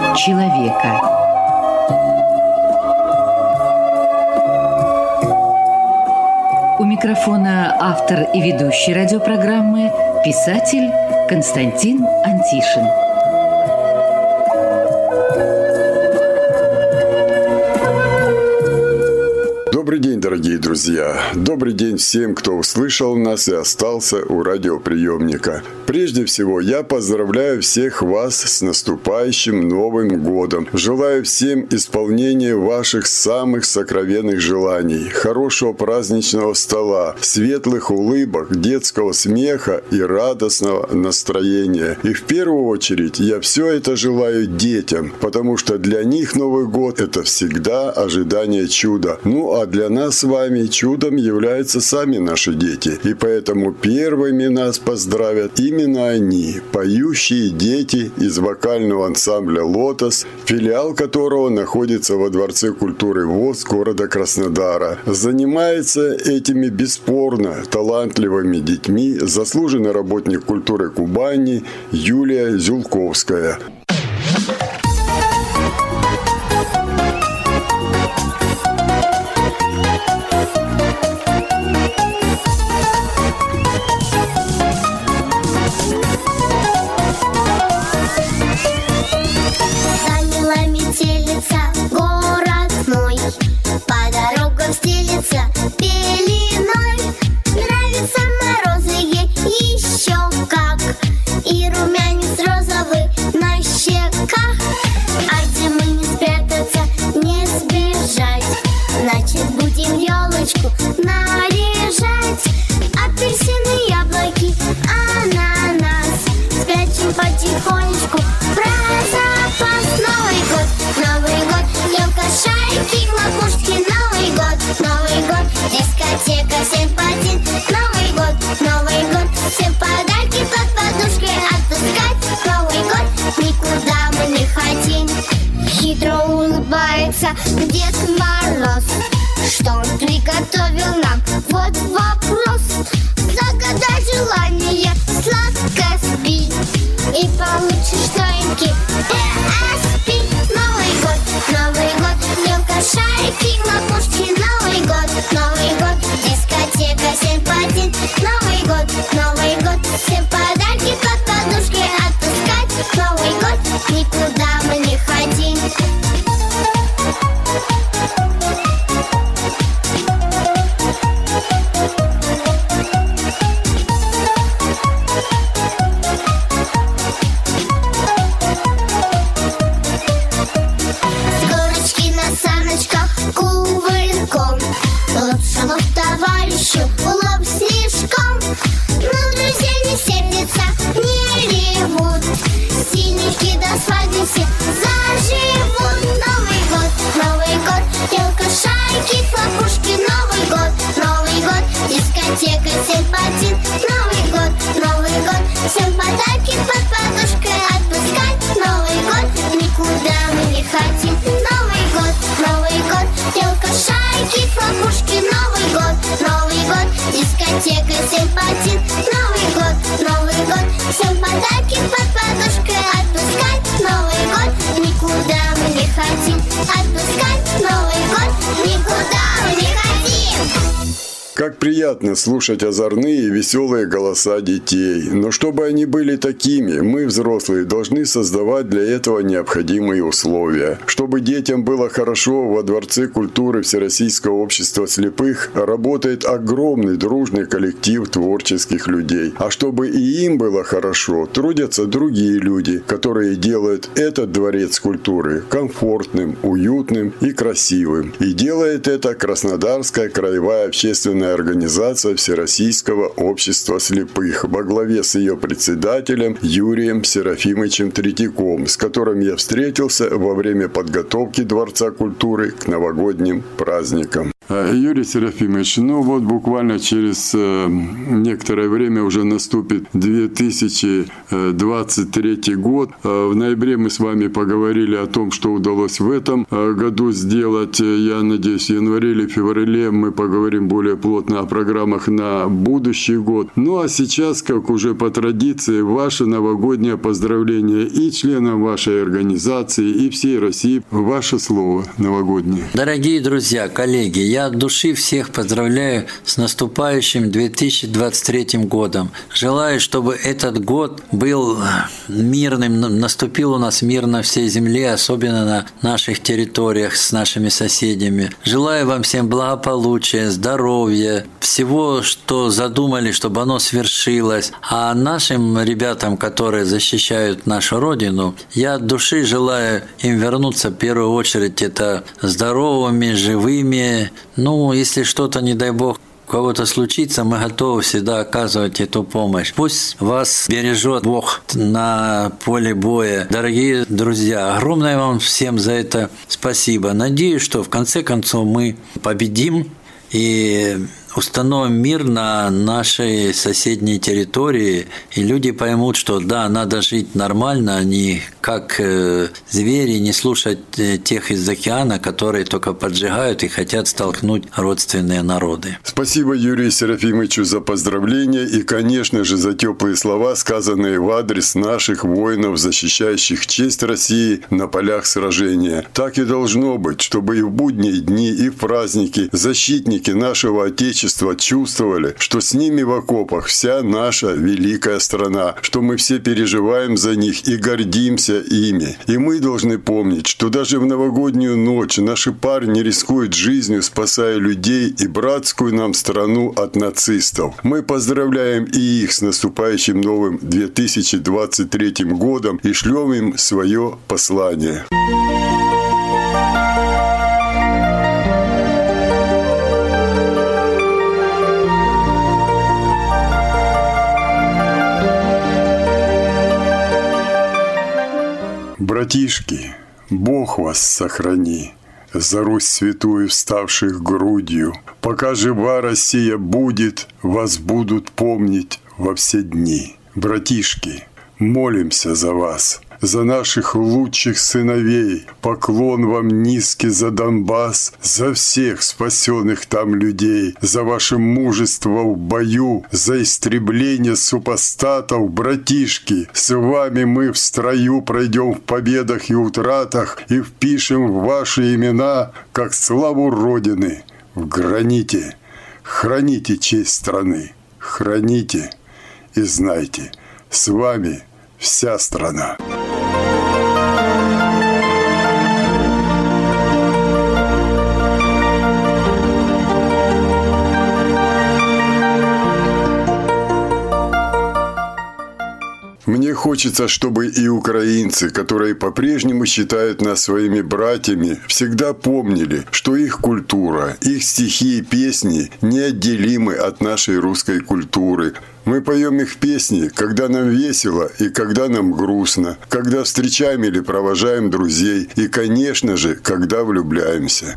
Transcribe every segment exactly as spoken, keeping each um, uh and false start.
человека. У микрофона автор и ведущий радиопрограммы, писатель Константин Антишин. Добрый день, дорогие друзья! Добрый день всем, кто услышал нас и остался у радиоприемника. Прежде всего, я поздравляю всех вас с наступающим Новым годом. Желаю всем исполнения ваших самых сокровенных желаний, хорошего праздничного стола, светлых улыбок, детского смеха и радостного настроения. И в первую очередь я все это желаю детям, потому что для них Новый год – это всегда ожидание чуда. Ну а для нас с вами чудом являются сами наши дети. И поэтому первыми нас поздравят именно они, поющие дети из вокального ансамбля «Лотос», филиал которого находится во Дворце культуры ВОС города Краснодара. Занимается этими бесспорно талантливыми детьми заслуженный работник культуры Кубани Юлия Зюлковская. наряжать. Апельсины, яблоки, ананас. Спрячем потихонечку про запас. Новый год, Новый год, елка, шайки, хлопушки. Новый год, Новый год, дискотека, всем один. Новый год, Новый год, всем подарки под подушкой отпускать. Новый год, никуда мы не хотим. Хитро улыбается Дед Мороз. Что он приготовил нам? Вот вопрос. Загадай желание, сладко спи, и получишь новенький ЭСП. Новый год, Новый год, елка, шарики, хлопушки. Новый год, Новый год, дискотека, семь по один. Новый год, Новый год, всем подарки под подушкой отпускать. Новый год, никуда мы не хотим. Улов снежком, но друзья не сердятся, не ревут. Синенькие до свадьбы все заживут. Новый год, Новый год, елка, шайки, хлопушки. Новый год, Новый год, дискотека, всем по один. Новый год, Новый год, всем подарки под подушкой отпускать. Новый год, никуда мы не хотим. Новый год, Новый год, елка, шайки, хлопушки. Новый год, Новый год, дискотека, всем по один. Новый год, Новый год, всем подарки под подушкой отпускать. Новый год, никуда мы не хотим. Отпускать Новый год, никуда мы не хотим. Как приятно слушать озорные и веселые голоса детей. Но чтобы они были такими, мы, взрослые, должны создавать для этого необходимые условия. Чтобы детям было хорошо, во Дворце культуры Всероссийского общества слепых работает огромный дружный коллектив творческих людей. А чтобы и им было хорошо, трудятся другие люди, которые делают этот Дворец культуры комфортным, уютным и красивым. И делает это Краснодарская краевая общественная организация Всероссийского общества слепых во главе с ее председателем Юрием Серафимовичем Третьяком, с которым я встретился во время подготовки Дворца культуры к новогодним праздникам. Юрий Серафимович, ну вот буквально через некоторое время уже наступит две тысячи двадцать третий год. В ноябре мы с вами поговорили о том, что удалось в этом году сделать. Я надеюсь, в январе или феврале мы поговорим более плотно о программах на будущий год. Ну а сейчас, как уже по традиции, ваше новогоднее поздравление и членам вашей организации, и всей России. Ваше слово новогоднее. Дорогие друзья, коллеги, я от души всех поздравляю с наступающим две тысячи двадцать третьим годом. Желаю, чтобы этот год был мирным, наступил у нас мир на всей земле, особенно на наших территориях с нашими соседями. Желаю вам всем благополучия, здоровья, всего, что задумали, чтобы оно свершилось. А нашим ребятам, которые защищают нашу Родину, я от души желаю им вернуться в первую очередь это здоровыми, живыми. Ну, если что-то, не дай бог, у кого-то случится, мы готовы всегда оказывать эту помощь. Пусть вас бережет Бог на поле боя. Дорогие друзья, огромное вам всем за это спасибо. Надеюсь, что в конце концов мы победим и установим мир на нашей соседней территории, и люди поймут, что да, надо жить нормально, а не как э, звери, не слушать э, тех из океана, которые только поджигают и хотят столкнуть родственные народы. Спасибо Юрию Серафимовичу за поздравления и, конечно же, за теплые слова, сказанные в адрес наших воинов, защищающих честь России на полях сражения. Так и должно быть, чтобы и в будние дни, и в праздники защитники нашего Отечества чувствовали, что с ними в окопах вся наша великая страна, что мы все переживаем за них и гордимся ими. И мы должны помнить, что даже в новогоднюю ночь наши парни рискуют жизнью, спасая людей и братскую нам страну от нацистов. Мы поздравляем и их с наступающим новым две тысячи двадцать третьим годом и шлем им свое послание. Братишки, Бог вас сохрани, за Русь святую вставших грудью. Пока жива Россия будет, вас будут помнить во все дни. Братишки, молимся за вас, за наших лучших сыновей. Поклон вам низкий за Донбасс, за всех спасенных там людей, за ваше мужество в бою, за истребление супостатов. Братишки, с вами мы в строю пройдем в победах и утратах и впишем в ваши имена, как славу Родины, в граните. Храните честь страны, храните и знайте, с вами вся страна. Мне хочется, чтобы и украинцы, которые по-прежнему считают нас своими братьями, всегда помнили, что их культура, их стихи и песни неотделимы от нашей русской культуры. Мы поем их песни, когда нам весело и когда нам грустно, когда встречаем или провожаем друзей и, конечно же, когда влюбляемся.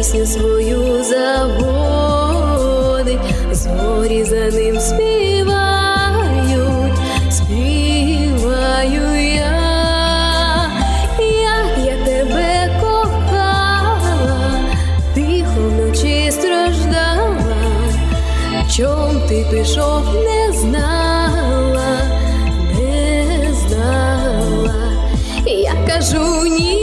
пісню свою заводить, зорі за ним співають, співаю я, як я тебе кохала, тихо вночі страждала, чом ти пішов, не знала, не знала, я кажу ні.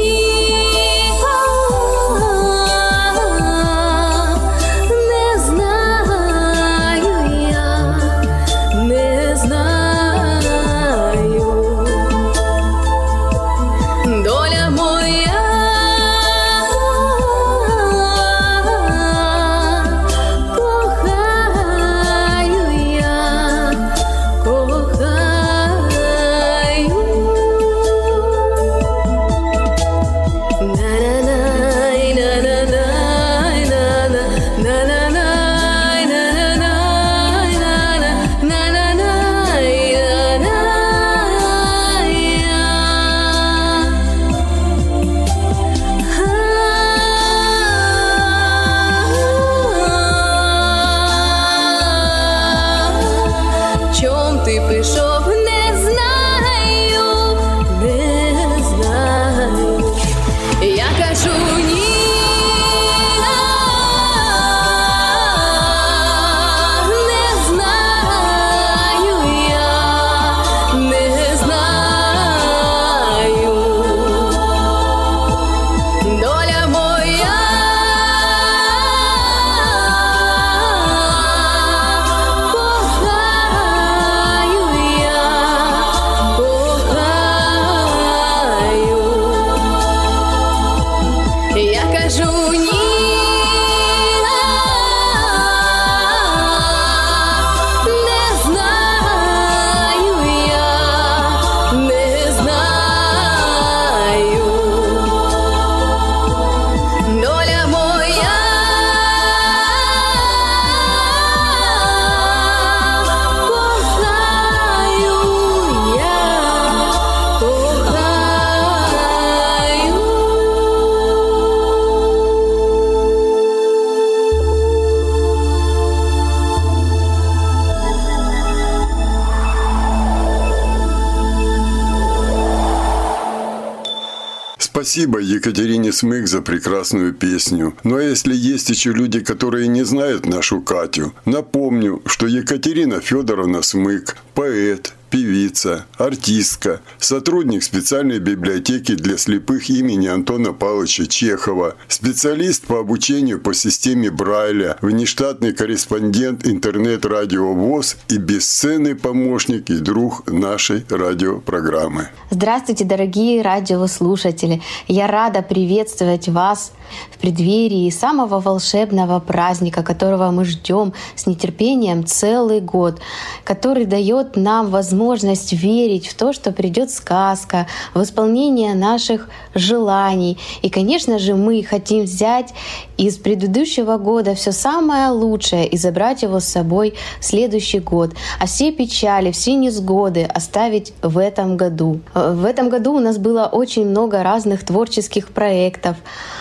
Спасибо Екатерине Смык за прекрасную песню. Ну а если есть еще люди, которые не знают нашу Катю, напомню, что Екатерина Федоровна Смык – поэт, певица, артистка, сотрудник специальной библиотеки для слепых имени Антона Павловича Чехова, специалист по обучению по системе Брайля, внештатный корреспондент интернет-радио ВОС и бесценный помощник и друг нашей радиопрограммы. Здравствуйте, дорогие радиослушатели! Я рада приветствовать вас в преддверии самого волшебного праздника, которого мы ждем с нетерпением целый год, который дает нам возможность верить в то, что придет сказка, в исполнение наших желаний. И, конечно же, мы хотим взять из предыдущего года все самое лучшее и забрать его с собой в следующий год. А все печали, все невзгоды оставить в этом году. В этом году у нас было очень много разных творческих проектов,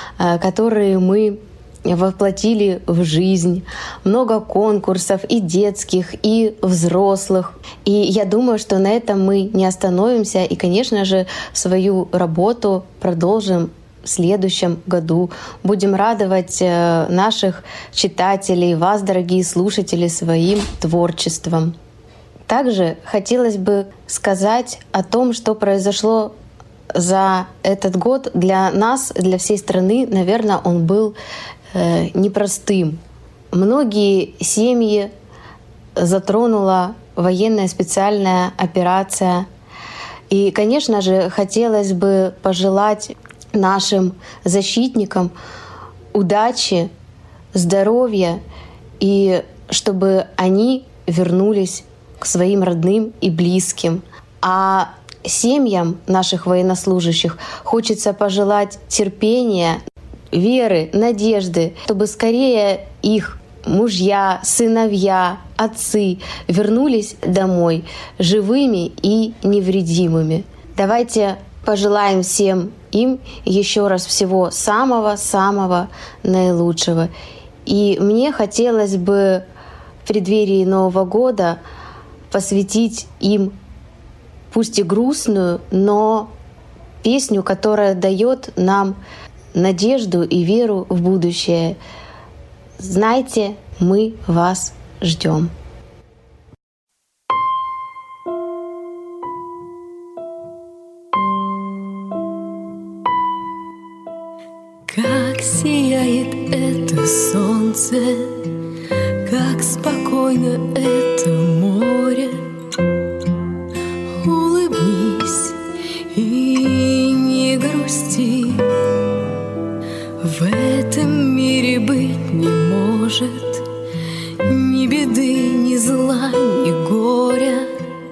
которые мы воплотили в жизнь. Много конкурсов и детских, и взрослых. И я думаю, что на этом мы не остановимся. И, конечно же, свою работу продолжим в следующем году. Будем радовать наших читателей, вас, дорогие слушатели, своим творчеством. Также хотелось бы сказать о том, что произошло за этот год для нас, для всей страны. Наверное, он был э, непростым. Многие семьи затронула военная специальная операция. И, конечно же, хотелось бы пожелать нашим защитникам удачи, здоровья, и чтобы они вернулись к своим родным и близким. А семьям наших военнослужащих хочется пожелать терпения, веры, надежды, чтобы скорее их мужья, сыновья, отцы вернулись домой живыми и невредимыми. Давайте пожелаем всем им еще раз всего самого-самого наилучшего. И мне хотелось бы в преддверии Нового года посвятить им пусть и грустную, но песню, которая дает нам надежду и веру в будущее. Знайте, мы вас ждем. Как сияет это солнце, как спокойно это море. Улыбнись и не грусти. В этом мире быть не может ни беды, ни зла, ни горя.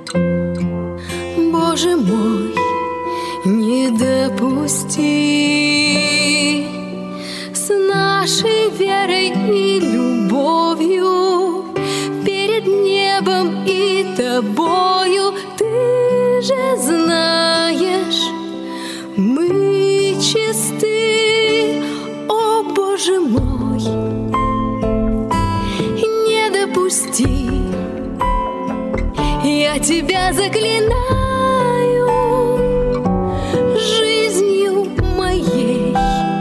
Боже мой, не допусти. С нашей верой и любовью перед небом и тобою, ты же знаешь, мы чисты. О, Боже мой, не допусти. Я тебя заклинаю жизнью моей.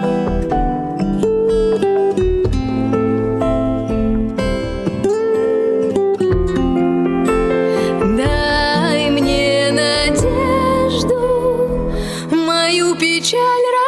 Дай мне надежду, мою печаль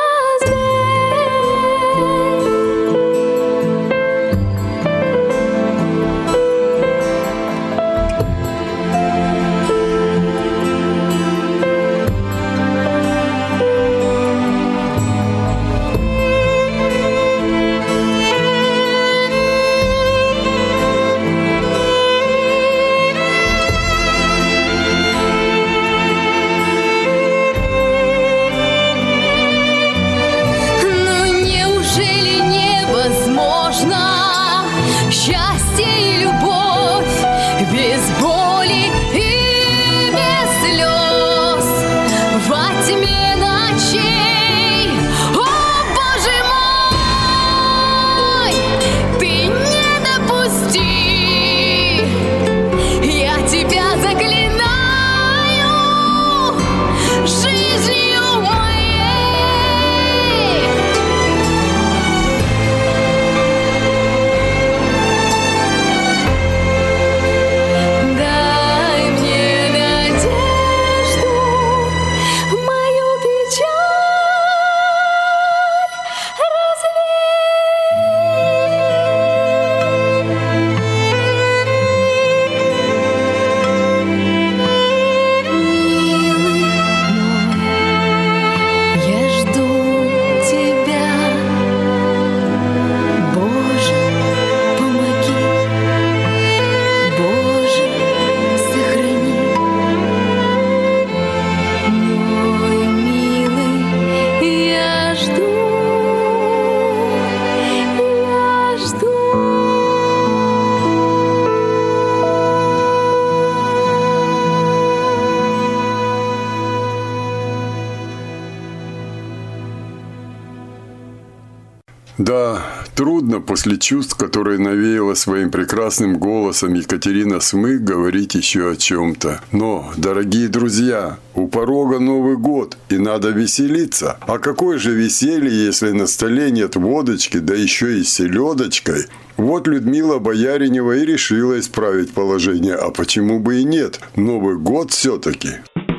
Да, трудно после чувств, которые навеяла своим прекрасным голосом Екатерина Смык, говорить еще о чем-то. Но, дорогие друзья, у порога Новый год, и надо веселиться. А какое же веселье, если на столе нет водочки, да еще и с селедочкой? Вот Людмила Бояринева и решила исправить положение. А почему бы и нет? Новый год все-таки.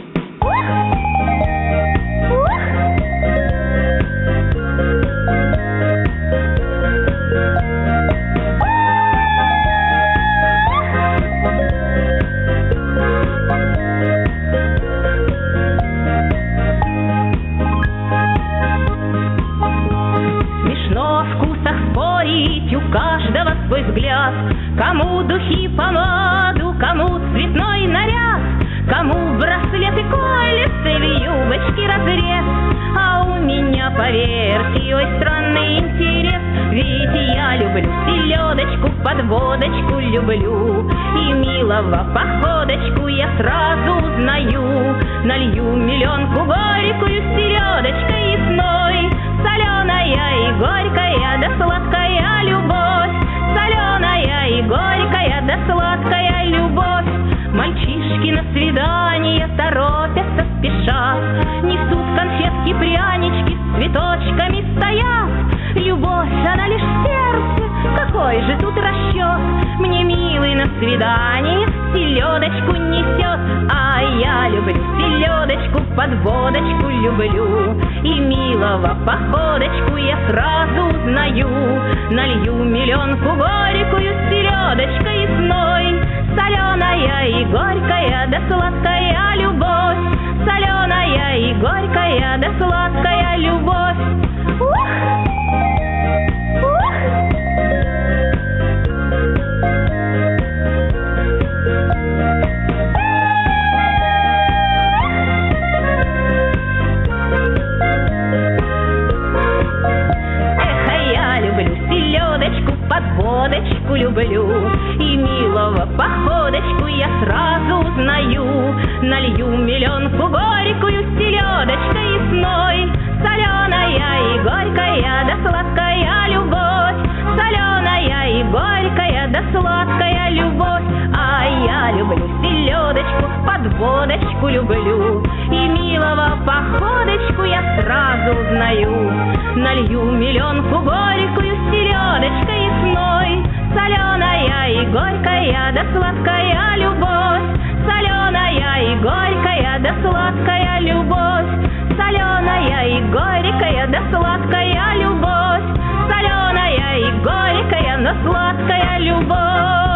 Кому духи, помаду, кому цветной наряд, кому браслеты, кольца в юбочке разрез. А у меня, поверьте, ой, странный интерес, ведь я люблю селедку. селедочку под водочку люблю. И милого походочку я сразу узнаю. Налью миллионку горькую с селедочкой ясной. Соленая и горькая, да сладкая любовь. Соленая и горькая, да сладкая любовь. Мальчишки на свидание торопятся, спешат. Несут конфетки, прянички, с цветочками стоят. Любовь, она лишь в сердце, какой же тут расчет. Мне милый на свидание селедочку несет. А я люблю селедочку, под водочку люблю. И милого походочку я сразу узнаю. Налью миллионку горькую с селедочкой ясной. Соленая и горькая, да сладкая любовь. Соленая и горькая, да сладкая любовь. Ух! Ух! Эх, а я люблю селедочку, под водочку люблю. И милого походочку я сразу узнаю. Налью миллионку горькую с селедочкой ясной. Соленая и горькая, да сладкая любовь. Соленая и горькая, да сладкая любовь. А я люблю селедочку, под водочку люблю. И милого походочку я сразу узнаю. Налью миллионку горькую с селедочкой ясной. Соленая и горькая, да сладкая любовь. Соленая и горькая, да сладкая любовь. Соленая и горькая, да сладкая любовь. Соленая и горькая, но сладкая любовь.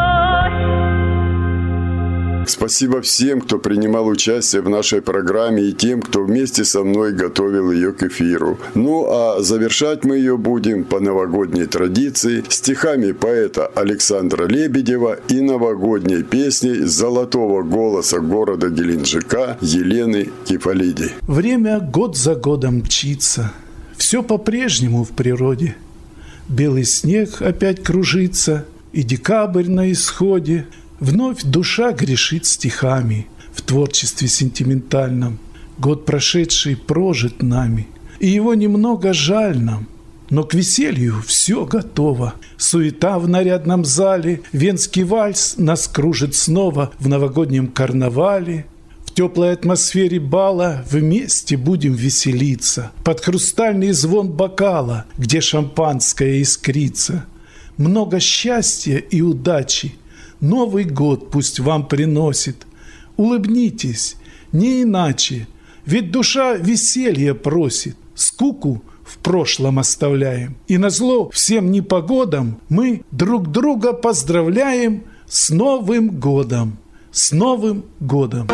Спасибо всем, кто принимал участие в нашей программе, и тем, кто вместе со мной готовил ее к эфиру. Ну а завершать мы ее будем по новогодней традиции стихами поэта Александра Лебедева и новогодней песней золотого голоса города Геленджика Елены Кипалиди. Время год за годом мчится, все по-прежнему в природе. Белый снег опять кружится, и декабрь на исходе. Вновь душа грешит стихами в творчестве сентиментальном. Год прошедший прожит нами, и его немного жаль нам. Но к веселью все готово. Суета в нарядном зале, венский вальс нас кружит снова в новогоднем карнавале. В теплой атмосфере бала вместе будем веселиться под хрустальный звон бокала, где шампанское искрится. Много счастья и удачи Новый год пусть вам приносит. Улыбнитесь, не иначе, ведь душа веселья просит. Скуку в прошлом оставляем, и назло всем непогодам мы друг друга поздравляем с Новым годом, с Новым годом.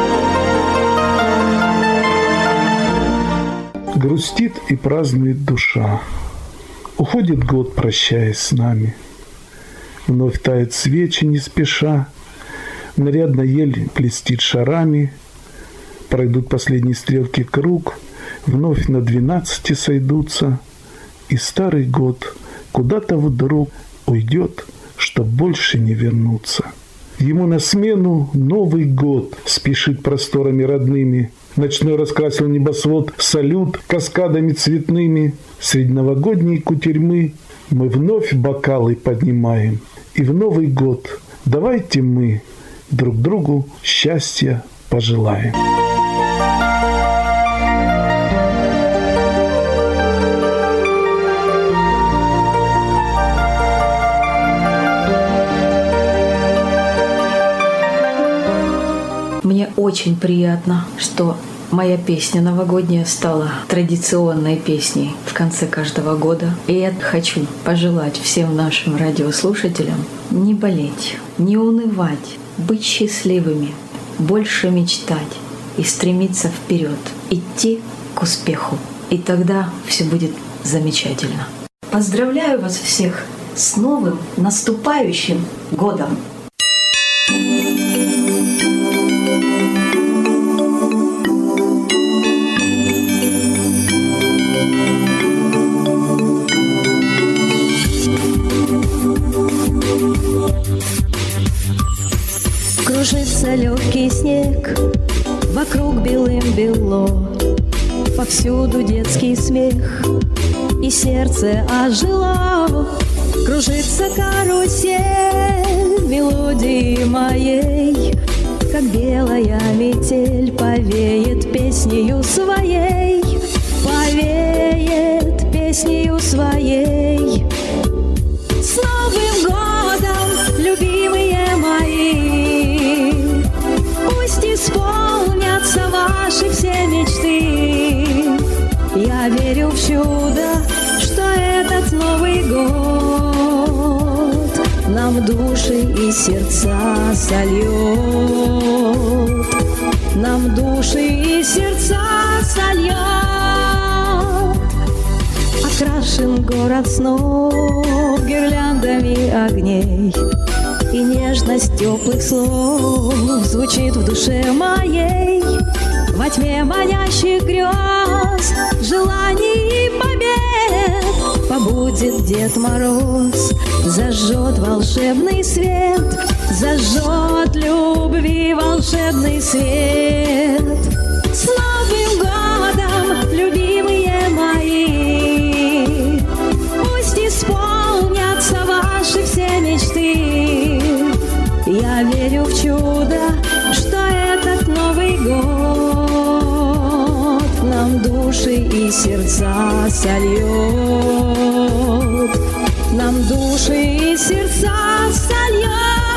Грустит и празднует душа. Уходит год, прощаясь с нами. Вновь тают свечи не спеша. Нарядно ель блестит шарами. Пройдут последние стрелки круг. Вновь на двенадцати сойдутся. И старый год куда-то вдруг уйдет, чтоб больше не вернуться. Ему на смену Новый год спешит просторами родными. Ночной раскрасил небосвод салют каскадами цветными. Средь новогодней кутерьмы мы вновь бокалы поднимаем. И в Новый год давайте мы друг другу счастья пожелаем. Мне очень приятно, что моя песня новогодняя стала традиционной песней в конце каждого года. И я хочу пожелать всем нашим радиослушателям не болеть, не унывать, быть счастливыми, больше мечтать и стремиться вперед, идти к успеху. И тогда все будет замечательно. Поздравляю вас всех с новым наступающим годом! Кружится легкий снег, вокруг белым-бело, повсюду детский смех, и сердце ожило. Кружится карусель мелодии моей, как белая метель повеет песнею своей, повеет песнею своей. С Новым годом, любимые мои, пусть исполнятся ваши все мечты. Я верю в чудо, что этот Новый год нам души и сердца сольет, нам души и сердца сольет. Окрашен город снов гирляндами огней, и нежность теплых слов звучит в душе моей. Во тьме манящих грез, желаний и побед побудет Дед Мороз, зажжет волшебный свет, зажжет любви волшебный свет. С Новым годом, любимые мои, пусть исполнятся ваши все мечты. Я верю в чудо, что этот Новый год нам души и сердца сольет, нам души и сердца сольет.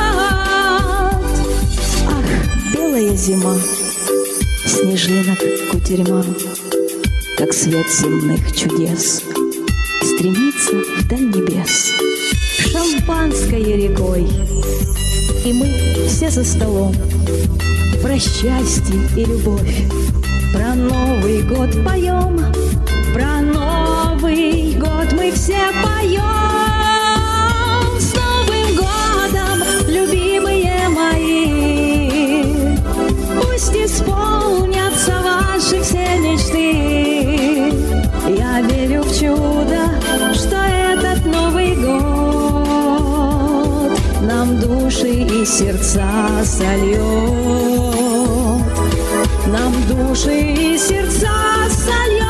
Ах, белая зима, снежинок кутерьма, как свет земных чудес, стремится вдаль небес шампанское рекой. И мы все за столом про счастье и любовь, про Новый год поем, про Новый год мы все поем. С Новым годом, любимые мои, пусть исполнятся ваши все мечты. Я верю в чудо, что этот Новый год нам души и сердца сольет, нам души и сердца сольет.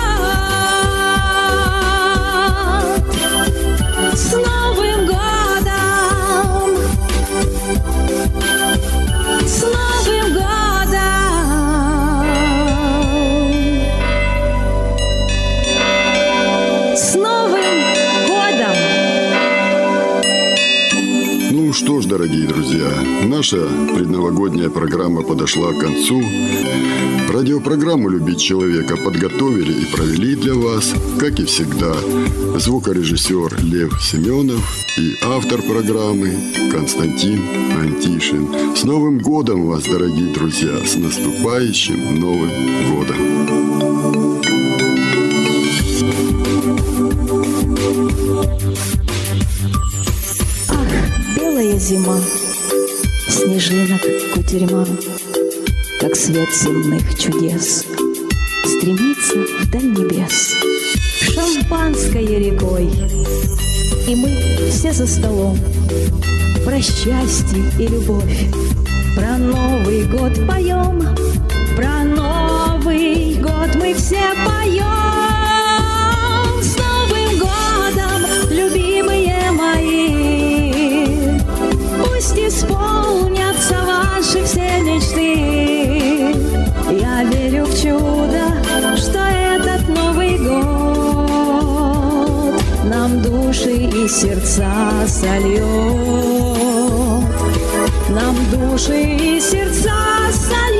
С Новым годом, с Новым годом, с Новым годом. Ну что ж, дорогие друзья, наша предновогодняя программа подошла к концу. Радиопрограмму «Любить человека» подготовили и провели для вас, как и всегда, звукорежиссер Лев Семенов и автор программы Константин Антишин. С Новым годом вас, дорогие друзья! С наступающим Новым годом! Белая зима, снежинок кутерьма, как свет земных чудес, стремится вдаль небес шампанское рекой. И мы все за столом про счастье и любовь, про Новый год поем, про Новый год мы все поем. С Новым годом, любимые мои, пусть исполнятся ваши все мечты. Я верю в чудо, что этот Новый год нам души и сердца сольет, нам души и сердца сольет.